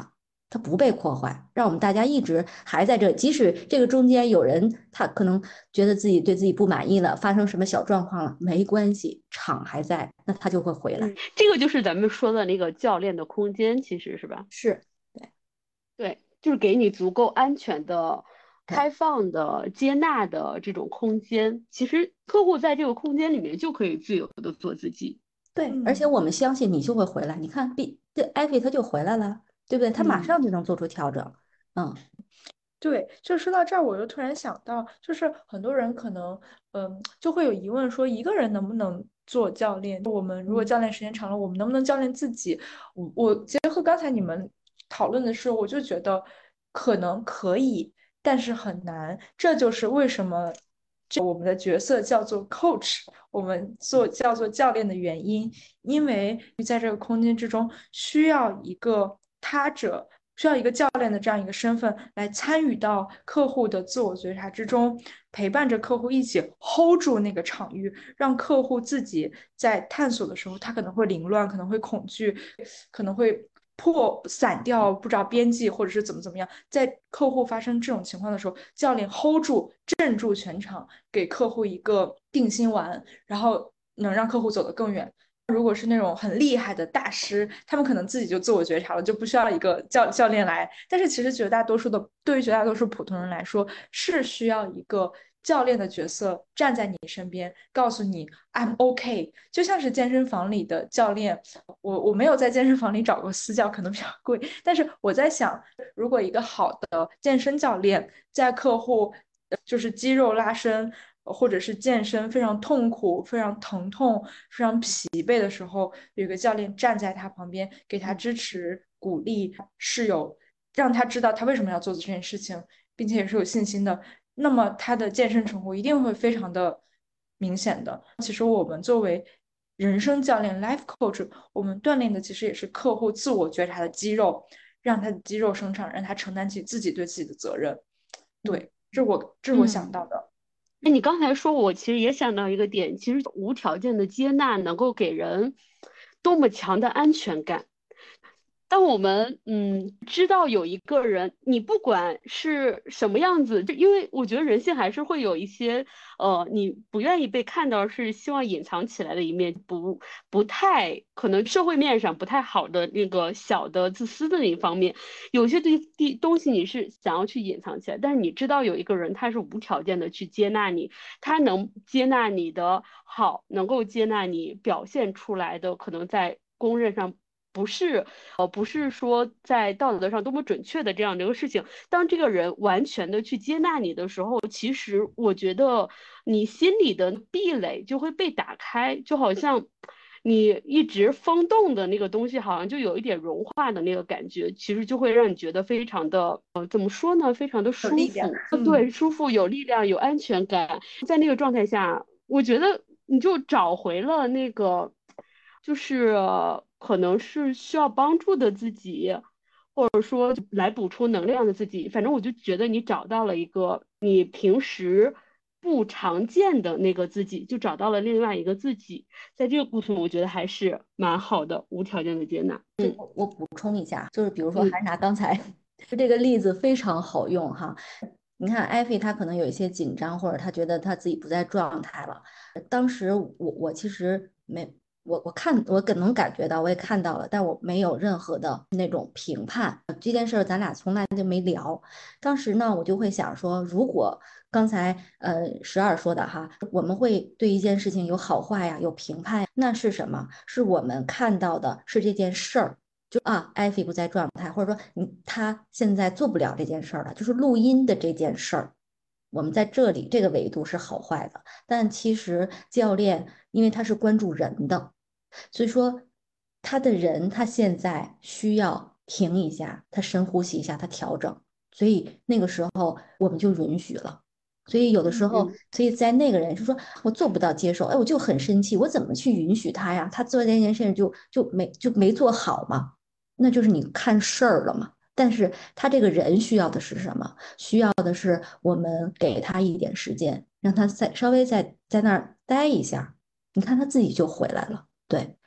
它不被破坏，让我们大家一直还在这，即使这个中间有人他可能觉得自己对自己不满意了，发生什么小状况了，没关系，场还在，那他就会回来。 嗯，这个就是咱们说的那个教练的空间，其实是吧？ 是，对对，就是给你足够安全的、 对开放的、接纳的这种空间。其实客户在这个空间里面就可以自由的做自己。 对，而且嗯我们相信你就会回来。你看，B 这艾菲他就回来了，对不对？他马嗯。 上就能做出调整。嗯对，就说到这儿，我又突然想到，就是很多人可能，嗯，就会有疑问说，一个人能不能做教练？我们如果嗯教练时间长了，我们能不能教练自己？我我结合刚才你们讨论的时候，我就觉得可能可以，但是很难。这就是为什么这我们的角色叫做 coach，我们做叫做教练的原因，因为在这个空间之中需要一个他者。需要一个教练的这样一个身份来参与到客户的自我觉察之中，陪伴着客户一起 hold 住那个场域，让客户自己在探索的时候，他可能会凌乱，可能会恐惧，可能会破散掉，不知道边际或者是怎么怎么样。在客户发生这种情况的时候，教练 hold 住、镇住全场，给客户一个定心丸，然后能让客户走得更远。如果是那种很厉害的大师，他们可能自己就自我觉察了，就不需要一个教教练来。但是其实绝大多数的，对于绝大多数普通人来说，是需要一个教练的角色站在你身边，告诉你 I'm OK。就像是健身房里的教练，我我没有在健身房里找过私教，可能比较贵。但是我在想，如果一个好的健身教练在客户就是肌肉拉伸，或者是健身非常痛苦、非常疼痛、非常疲惫的时候，有一个教练站在他旁边，给他支持、鼓励，是有让他知道他为什么要做这件事情，并且也是有信心的。那么他的健身成果一定会非常的明显的。其实我们作为人生教练 （life coach），我们锻炼的其实也是客户自我觉察的肌肉，让他的肌肉生长，让他承担起自己对自己的责任。对，这我这是我想嗯。 到的。 哎，你刚才说，我其实也想到一个点，其实无条件的接纳能够给人多么强的安全感。当我们嗯知道有一个人，你不管是什么样子，就因为我觉得人性还是会有一些呃，你不愿意被看到，是希望隐藏起来的一面，不不太可能社会面上不太好的那个小的自私的那一方面，有些对地东西你是想要去隐藏起来，但是你知道有一个人他是无条件的去接纳你，他能接纳你的好，能够接纳你表现出来的可能在公认上。不是，呃，不是说在道德上多么准确的这样的一个事情。当这个人完全的去接纳你的时候，其实我觉得你心里的壁垒就会被打开，就好像你一直封冻的那个东西，好像就有一点融化的那个感觉，其实就会让你觉得非常的，呃，怎么说呢？非常的舒有力量。 服，呃， 嗯对，舒服，有力量，有安全感。在那个状态下，我觉得你就找回了那个。就是可能是需要帮助的自己，或者说来补充能量的自己。反正我就觉得你找到了一个你平时不常见的那个自己，就找到了另外一个自己。在这个部分，我觉得还是蛮好的，无条件的接纳。嗯我我补充一下，就是比如说，还嗯是拿刚才就这个例子非常好用哈。你看，艾菲她可能有一些紧张，或者她觉得她自己不在状态了。当时我我其实没我我看我可能感觉到，我也看到了，但我没有任何的那种评判。这件事儿咱俩从来就没聊。当时呢，我就会想说，如果刚才呃十二说的哈，我们会对一件事情有好坏呀，有评判呀，那是什么？是我们看到的是这件事儿。就啊，艾菲不在状态，或者说你他现在做不了这件事儿了，就是录音的这件事儿，我们在这里这个维度是好坏的。但其实教练，因为他是关注人的，所以说他的人他现在需要停一下，他深呼吸一下，他调整，所以那个时候我们就允许了。所以有的时候， 嗯所以在那个人是说我做不到接受，哎，我就很生气，我怎么去允许他呀？他做这件事就就没就没做好嘛？那就是你看事儿了嘛。但是他这个人需要的是什么？需要的是我们给他一点时间，让他再稍微再在那儿待一下，你看他自己就回来了。对，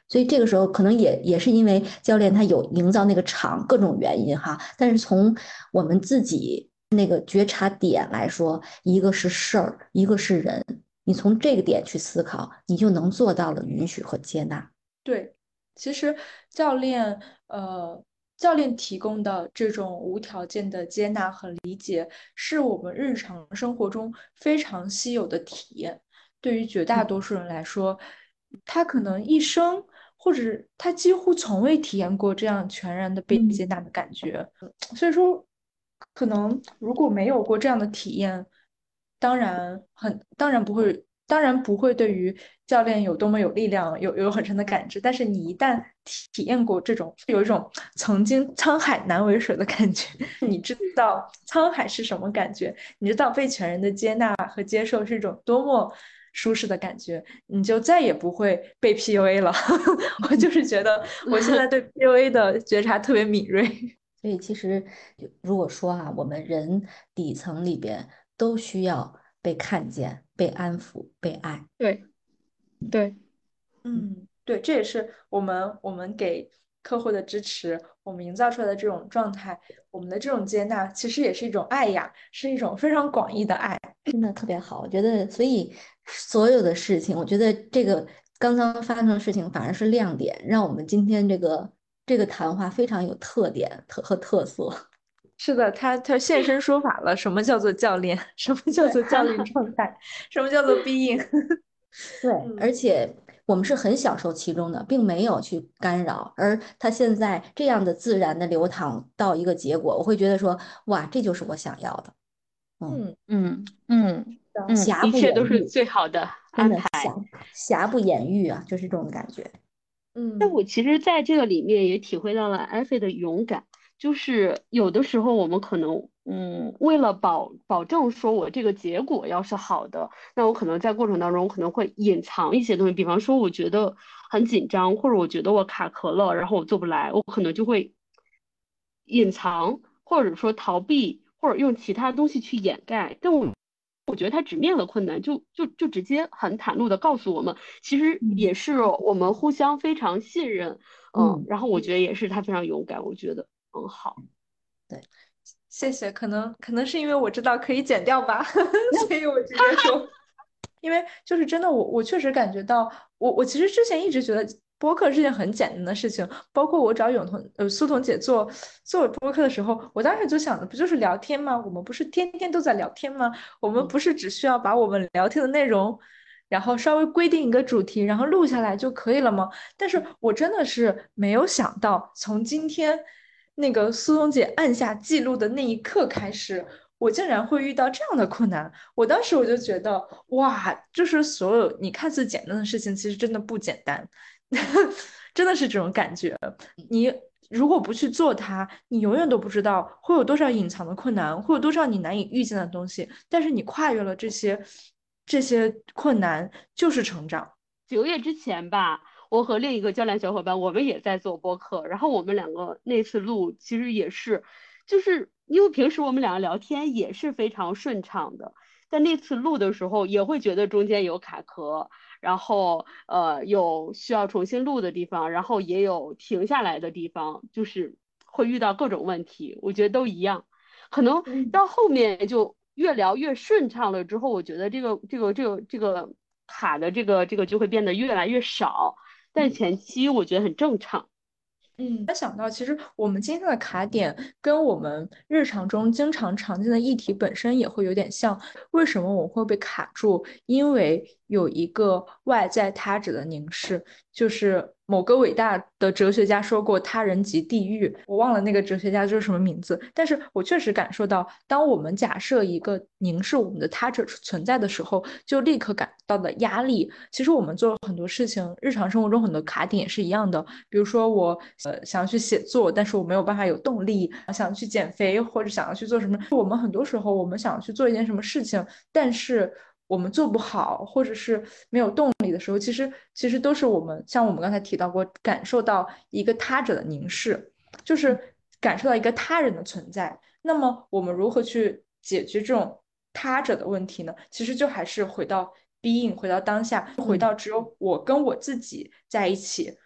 所以这个时候可能也也是因为教练他有营造那个场各种原因哈，但是从我们自己那个觉察点来说，一个是事儿，一个是人，你从这个点去思考，你就能做到了允许和接纳。 对，其实教练呃。教练提供的这种无条件的接纳和理解，是我们日常生活中非常稀有的体验。对于绝大多数人来说，他可能一生，或者他几乎从未体验过这样全然的被接纳的感觉。所以说，可能如果没有过这样的体验，当然很当然不会，当然不会对于教练有多么有力量，有有很深的感知。但是你一旦体体验过这种，有一种曾经沧海难为水的感觉，你知道沧海是什么感觉，你知道被全人的接纳和接受是一种多么舒适的感觉，你就再也不会被 P U A 了。我就是觉得我现在对 P U A 的觉察特别敏锐。 所以其实如果说啊，我们人底层里边都需要被看见、被安抚、被爱。 对对。 嗯，对，这也是我们我们给客户的支持，我们营造出来的这种状态，我们的这种接纳，其实也是一种爱呀，是一种非常广义的爱。 真的特别好，我觉得，所以所有的事情，我觉得这个刚刚发生的事情反而是亮点，让我们今天这个这个谈话非常有特点特和特色。 是的，他他现身说法了，什么叫做教练，什么叫做教练状态，什么叫做 being。 对，而嗯。 且我们是很享受其中的，并没有去干扰，而它现在这样的自然的流淌到一个结果，我会觉得说，哇，这就是我想要的。嗯， 嗯， 嗯嗯的。 嗯， 瑕不一切都掩瑜， 是最好的真的安排。 瑕瑕不掩瑜啊，就是这种感觉。 但嗯。 我其实在这个里面也体会到了艾菲的勇敢，就是有的时候我们可能，嗯，为了保保证说我这个结果要是好的，那我可能在过程当中可能会隐藏一些东西，比方说我觉得很紧张，或者我觉得我卡壳了，然后我做不来，我可能就会隐藏，或者说逃避，或者用其他东西去掩盖。但我我觉得他直面了困难，就就就直接很坦露的告诉我们，其实嗯也是我们互相非常信任，嗯， 嗯， 然后我觉得也是他非常勇敢，我觉得很好。 对。 谢谢，可能可能是因为我知道可以剪掉吧，所以我直接说。因为就是真的，我我确实感觉到，我我其实之前一直觉得播客是件很简单的事情，包括我找永彤呃苏彤姐做做播客的时候，我当时就想的不就是聊天吗？我们不是天天都在聊天吗？我们嗯不是只需要把我们聊天的内容，然后稍微规定一个主题，然后录下来就可以了吗？但是我真的是没有想到，从今天那个苏彤姐按下记录的那一刻开始，我竟然会遇到这样的困难。我当时我就觉得，哇，就是所有你看似简单的事情，其实真的不简单，真的是这种感觉。你如果不去做它，你永远都不知道会有多少隐藏的困难，会有多少你难以预见的东西。但是你跨越了这些这些困难，就是成长。 几个月之前吧，我和另一个教练小伙伴，我们也在做播客，然后我们两个那次录其实也是，就是因为平时我们两个聊天也是非常顺畅的，但那次录的时候也会觉得中间有卡壳，然后呃有需要重新录的地方，然后也有停下来的地方，就是会遇到各种问题，我觉得都一样。可能嗯到后面就越聊越顺畅了之后，我觉得这个这个这个这个卡的这个这个就会变得越来越少，但前期我觉得很正常。 嗯，没想到其实我们今天的卡点跟我们日常中经常常见的议题本身也会有点像。为什么我会被卡住？因为有一个外在他者的凝视，就是某个伟大的哲学家说过“他人即地狱”，我忘了那个哲学家就是什么名字。但是我确实感受到，当我们假设一个凝视我们的他者存在的时候，就立刻感到的压力。其实我们做很多事情，日常生活中很多卡点也是一样的。比如说我呃想要去写作，但是我没有办法有动力；想要去减肥或者想要去做什么，我们很多时候我们想要去做一件什么事情，但是我们做不好，或者是没有动力的时候，其实其实都是我们像我们刚才提到过，感受到一个他者的凝视，就是感受到一个他人的存在。那么我们如何去解决这种他者的问题呢？其实就还是回到 being，回到当下，回嗯到只有我跟我自己在一起。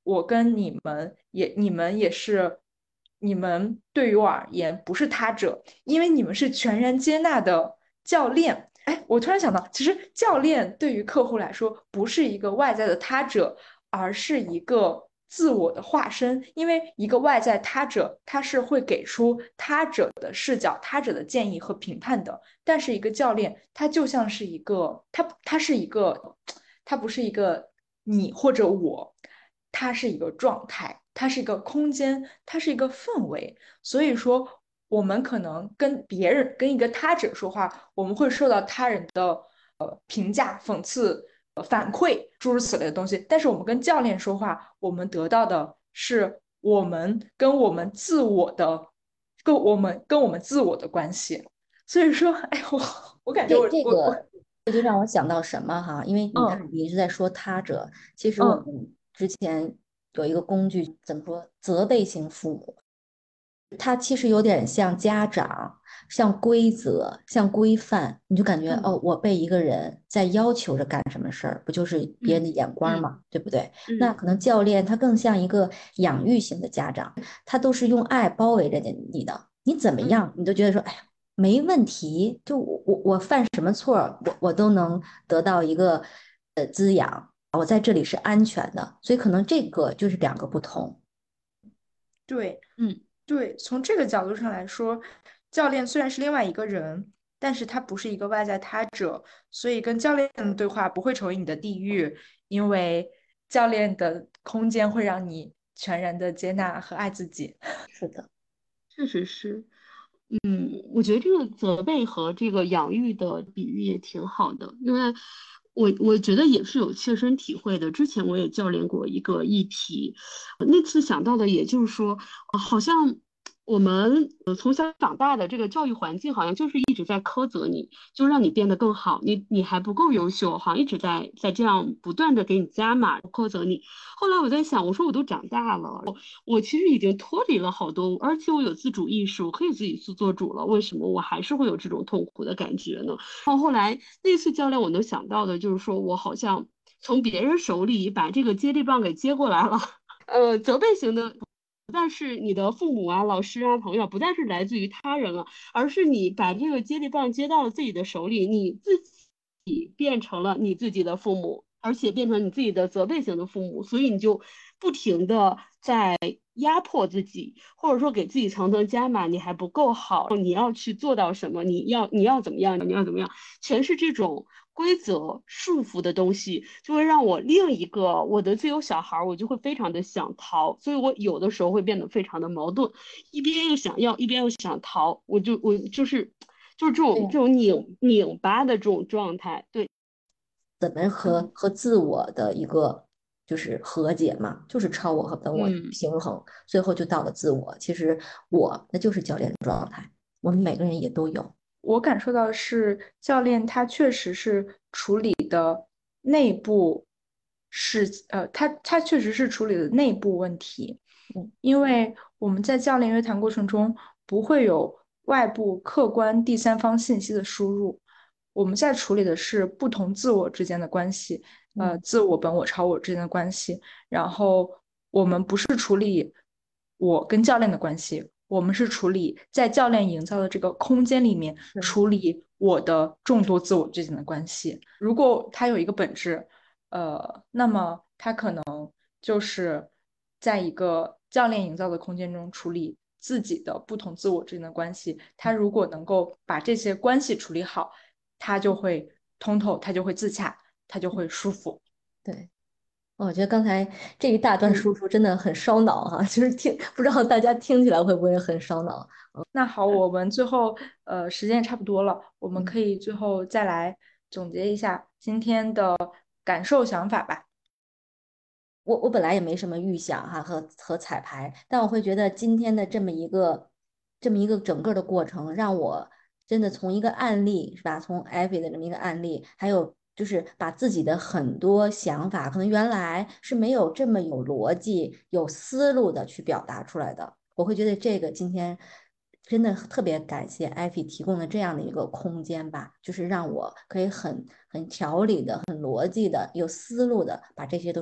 我跟你们也，你们也是，你们对于我而言不是他者，因为你们是全然接纳的教练。哎，我突然想到，其实教练对于客户来说不是一个外在的他者，而是一个自我的化身。因为一个外在他者，他是会给出他者的视角、他者的建议和评判的。但是一个教练，他就像是一个，他他是一个，他不是一个你或者我，它是一个状态，它是一个空间，它是一个氛围。所以说，我们可能跟别人、跟一个他者说话，我们会受到他人的呃评价、讽刺、呃反馈，诸如此类的东西。但是我们跟教练说话，我们得到的是我们跟我们自我的，跟我们跟我们自我的关系。所以说，哎，我我感觉这我我我， 这个这就让我想到什么哈？因为你看嗯你一直在说他者，其实我嗯们之前有一个工具，怎么说？责备型父母。它其实有点像家长，像规则，像规范，你就感觉嗯哦，我被一个人在要求着干什么事儿，不就是别人嗯的眼光嗯嘛，对不对？那嗯可能教练他更像一个养育型的家长，他都是用爱包围着你的，你怎么嗯。 样，你都觉得说，哎呀，没问题，就我我我犯什么错儿，我我都能得到一个呃滋养，我在这里是安全的，所以可能这个就是两个不同。 对嗯。 对，从这个角度上来说，教练虽然是另外一个人，但是他不是一个外在他者，所以跟教练的对话不会成为你的地狱，因为教练的空间会让你全然的接纳和爱自己。 是的。 确实是。嗯，我觉得这个责备和这个养育的比喻也挺好的，因为我我觉得也是有切身体会的。之前我也教练过一个议题，那次想到的也就是说，呃好像我们呃从小长大的这个教育环境，好像就是一直在苛责你，就让你变得更好，你你还不够优秀，好像一直在在这样不断的给你加码，苛责你。后来我在想，我说我都长大了。我其实已经脱离了好多，而且我有自主意识，我可以自己去做主了。为什么我还是会有这种痛苦的感觉呢？然后后来那次教练，我能想到的就是说我好像从别人手里把这个接力棒给接过来了。呃，责备型的。不但是你的父母啊、老师啊、朋友，不但是来自于他人了，而是你把这个接力棒接到了自己的手里，你自己变成了你自己的父母，而且变成你自己的责备型的父母，所以你就不停的在压迫自己，或者说给自己层层加码，你还不够好，你要去做到什么，你要你要怎么样，你要怎么样，全是这种规则束缚的东西，就会让我另一个我的自由小孩，我就会非常的想逃，所以我有的时候会变得非常的矛盾，一边又想要，一边又想逃，我就我就是就是这种这对。 种拧拧巴的这种状态，对。 怎么和和自我的一个就是和解嘛，就是超我和本我嗯。 平衡，最后就到了自我。其实我那就是教练状态，我们每个人也都有。 我感受到的是，教练他确实是处理的内部是呃，他他确实是处理的内部问题， 嗯因为我们在教练约谈过程中不会有外部客观第三方信息的输入，我们在处理的是不同自我之间的关系，呃， 嗯自我、本我、超我之间的关系，然后我们不是处理我跟教练的关系，我们是处理在教练营造的这个空间里面是处理我的众多自我之间的关系。如果它有一个本质，呃，那么它可能就是在一个教练营造的空间中处理自己的不同自我之间的关系。他如果能够把这些关系处理好，他就会通透，他就会自洽，他就会舒服。 对。我觉得刚才这一大段输嗯， 出真的很烧脑哈，就是听不知道大家听起来会不会很烧脑？ 那好，我们最后呃时间也差不多了，我们嗯。 可以最后再来总结一下今天的感受想法吧。 我我本来也没什么预想哈和和彩排，但我会觉得今天的这么一个这么一个整个的过程，让我真的从一个案例是吧，从艾菲的这么一个案例，还有就是把自己的很多想法，可能原来是没有这么有逻辑、有思路的去表达出来的。我会觉得这个今天真的特别感谢艾菲提供的这样的一个空间吧，就是让我可以很很条理的、很逻辑的、有思路的把这些都说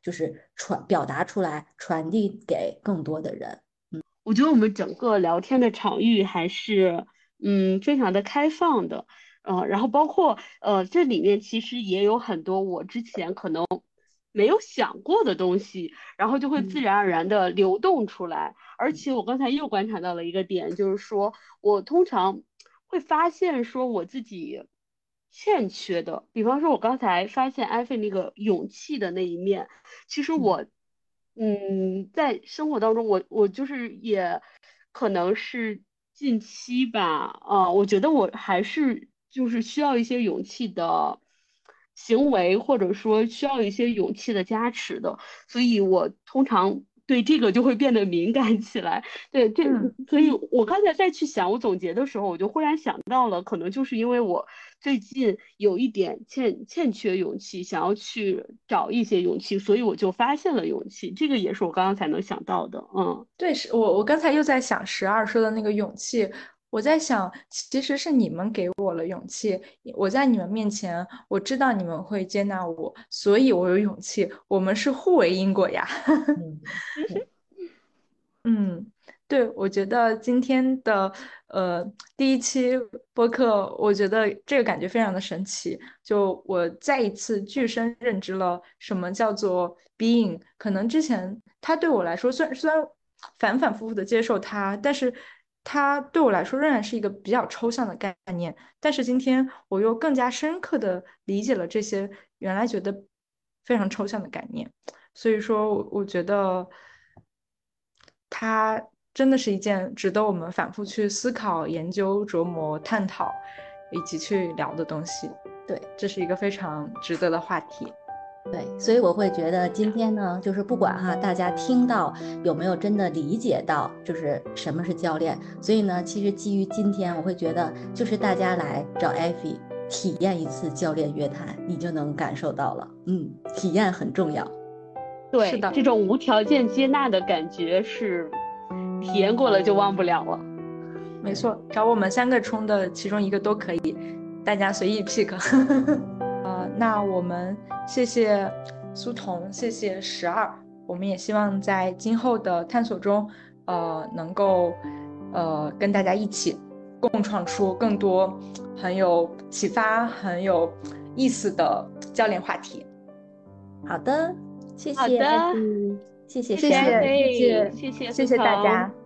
就是传表达出来，传递给更多的人。 我觉得我们整个聊天的场域还是嗯非常的开放的，呃，然后包括呃这里面其实也有很多我之前可能没有想过的东西，然后就会自然而然的流动出来。而且我刚才又观察到了一个点，就是说我通常会发现说我自己欠缺的，比方说我刚才发现艾菲那个勇气的那一面，其实我。嗯，在生活当中，我我就是也可能是近期吧，啊、我觉得我还是就是需要一些勇气的行为，或者说需要一些勇气的加持的，所以我通常对这个就会变得敏感起来。对，这， 嗯。 所以我刚才再去想我总结的时候，我就忽然想到了，可能就是因为我最近有一点欠欠缺勇气，想要去找一些勇气，所以我就发现了勇气。这个也是我刚刚才能想到的。嗯， 对，是我我刚才又在想十二说的那个勇气，我在想，其实是你们给我了勇气，我在你们面前，我知道你们会接纳我，所以我有勇气，我们是互为因果呀。 嗯， 嗯，对，我觉得今天的呃第一期播客，我觉得这个感觉非常的神奇。就我再一次具身认知了什么叫做 being。可能之前它对我来说，虽然虽然反反复复的接受它，但是它对我来说仍然是一个比较抽象的概念。但是今天我又更加深刻的理解了这些原来觉得非常抽象的概念。所以说我，我觉得。它真的是一件值得我们反复去思考、研究、琢磨、探讨，以及去聊的东西。 对， 这是一个非常值得的话题。 对，所以我会觉得今天呢，就是不管哈，大家听到有没有真的理解到，就是什么是教练。所以呢，其实基于今天，我会觉得就是大家来找艾菲体验一次教练约谈，你就能感受到了。嗯，体验很重要。 对， 是的， 这种无条件接纳的感觉是体验过了就忘不了了。 没错，找我们三个冲的其中一个都可以，大家随意 pick。呃，那我们谢谢苏童，谢谢十二，我们也希望在今后的探索中，呃，能够呃跟大家一起共创出更多很有启发、很有意思的教练话题。 好的，谢好谢艾的， 菲，谢谢谢谢艾谢谢谢菲， 谢谢谢苏谢谢大童。 家。